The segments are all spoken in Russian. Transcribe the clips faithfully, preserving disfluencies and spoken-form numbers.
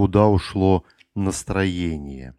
Куда ушло настроение?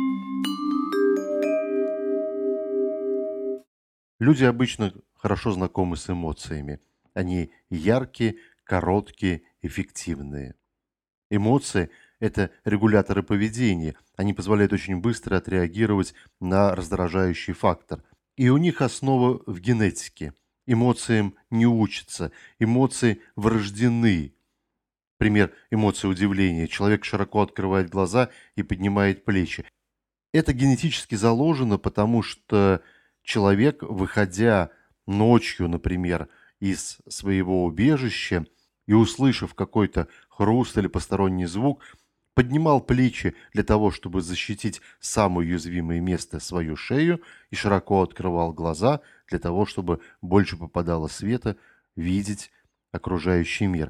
Люди обычно хорошо знакомы с эмоциями. Они яркие, короткие, эффективные. Эмоции– это регуляторы поведения. Они позволяют очень быстро отреагировать на раздражающий фактор. И у них основа в генетике. Эмоциям не учатся. Эмоции врождены. Пример эмоции удивления. Человек широко открывает глаза и поднимает плечи. Это генетически заложено, потому что человек, выходя ночью, например, из своего убежища и услышав какой-то хруст или посторонний звук, поднимал плечи для того, чтобы защитить самое уязвимое место, свою шею, и широко открывал глаза для того, чтобы больше попадало света, видеть окружающий мир.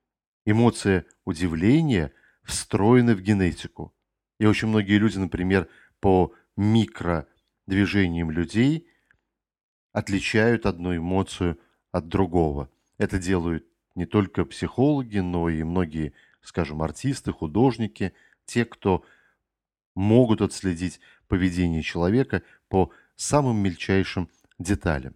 Эмоция удивления встроена в генетику. И очень многие люди, например, по микродвижениям людей отличают одну эмоцию от другого. Это делают не только психологи, но и многие, скажем, артисты, художники, те, кто могут отследить поведение человека по самым мельчайшим деталям.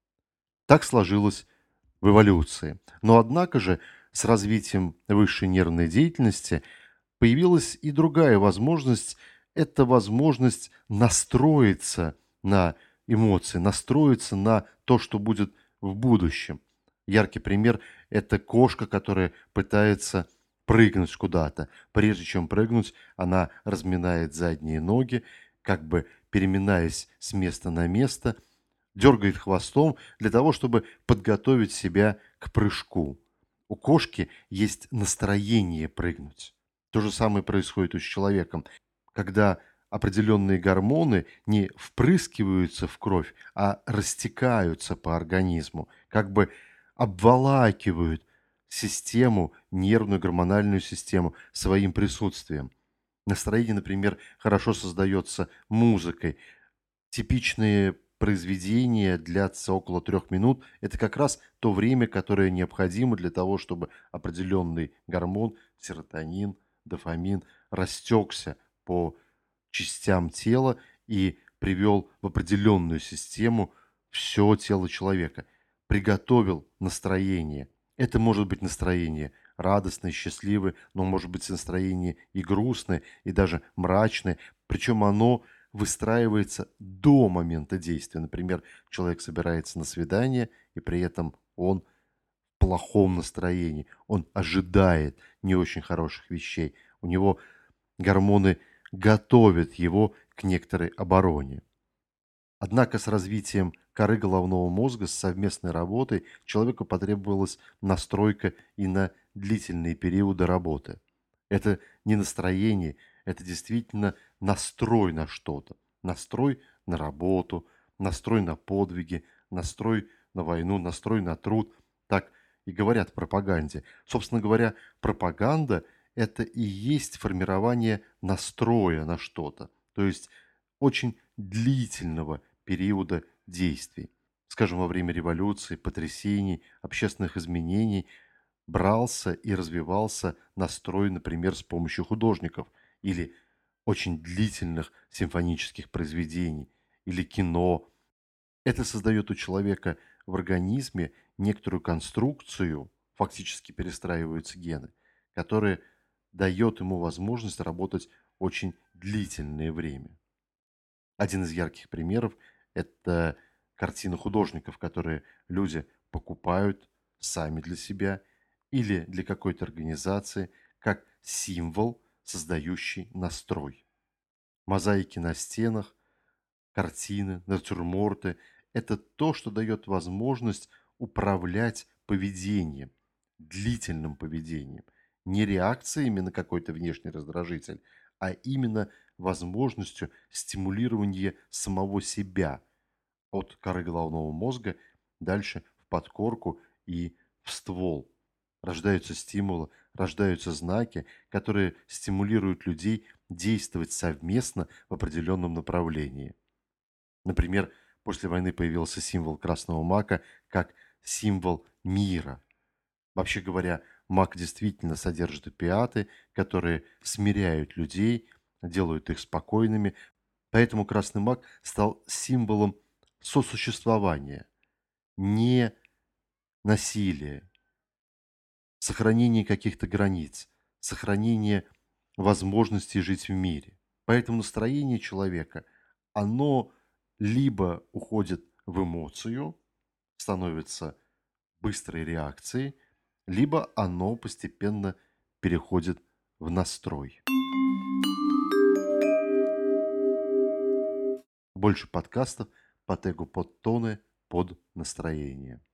Так сложилось в эволюции. Но однако же с развитием высшей нервной деятельности появилась и другая возможность. Это возможность настроиться на эмоции, настроиться на то, что будет в будущем. Яркий пример– это кошка, которая пытается прыгнуть куда-то. Прежде чем прыгнуть, она разминает задние ноги, как бы переминаясь с места на место, дергает хвостом для того, чтобы подготовить себя к прыжку. У кошки есть настроение прыгнуть. То же самое происходит и с человеком. Когда определенные гормоны не впрыскиваются в кровь, а растекаются по организму, как бы обволакивают систему, нервную гормональную систему своим присутствием. Настроение, например, хорошо создается музыкой. Типичные произведения длятся около трех минут. Это как раз то время, которое необходимо для того, чтобы определенный гормон, серотонин, дофамин, растекся по частям тела и привел в определенную систему все тело человека. Приготовил настроение. Это может быть настроение радостное, счастливое, но может быть настроение и грустное, и даже мрачное. Причем оно выстраивается до момента действия. Например, человек собирается на свидание, и при этом он в плохом настроении. Он ожидает не очень хороших вещей. У него гормоны готовят его к некоторой обороне. Однако с развитием коры головного мозга, с совместной работой человеку потребовалась настройка и на длительные периоды работы. Это не настроение, это действительно настрой на что-то. Настрой на работу, настрой на подвиги, настрой на войну, настрой на труд. Так и говорят в пропаганде. Собственно говоря, пропаганда– это и есть формирование настроя на что-то. То есть очень длительного периода действий. Скажем, во время революции, потрясений, общественных изменений брался и развивался настрой, например, с помощью художников или очень длительных симфонических произведений или кино. Это создает у человека в организме некоторую конструкцию, фактически перестраиваются гены, которая дает ему возможность работать очень длительное время. Один из ярких примеров– это картины художников, которые люди покупают сами для себя или для какой-то организации, как символ, создающий настрой. Мозаики на стенах, картины, натюрморты– это то, что дает возможность управлять поведением, длительным поведением, не реакциями на какой-то внешний раздражитель, а именно возможностью стимулирования самого себя от коры головного мозга дальше в подкорку и в ствол. Рождаются стимулы, рождаются знаки, которые стимулируют людей действовать совместно в определенном направлении. Например, после войны появился символ красного мака как символ мира. Вообще говоря, маг действительно содержит опиаты, которые смиряют людей, делают их спокойными. Поэтому красный маг стал символом сосуществования, не насилия, сохранения каких-то границ, сохранения возможности жить в мире. Поэтому настроение человека, оно либо уходит в эмоцию, становится быстрой реакцией, либо оно постепенно переходит в настрой. Больше подкастов по тегу подтоны под настроение.